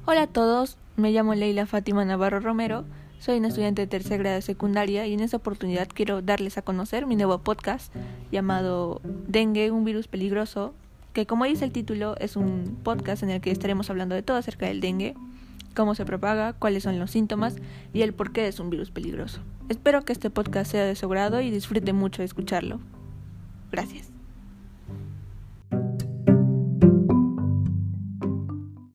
Hola a todos, me llamo Leila Fátima Navarro Romero, soy una estudiante de tercer grado de secundaria y en esta oportunidad quiero darles a conocer mi nuevo podcast llamado Dengue, un virus peligroso, que como dice el título es un podcast en el que estaremos hablando de todo acerca del dengue, cómo se propaga, cuáles son los síntomas y el por qué es un virus peligroso. Espero que este podcast sea de su agrado y disfruten mucho de escucharlo. Gracias.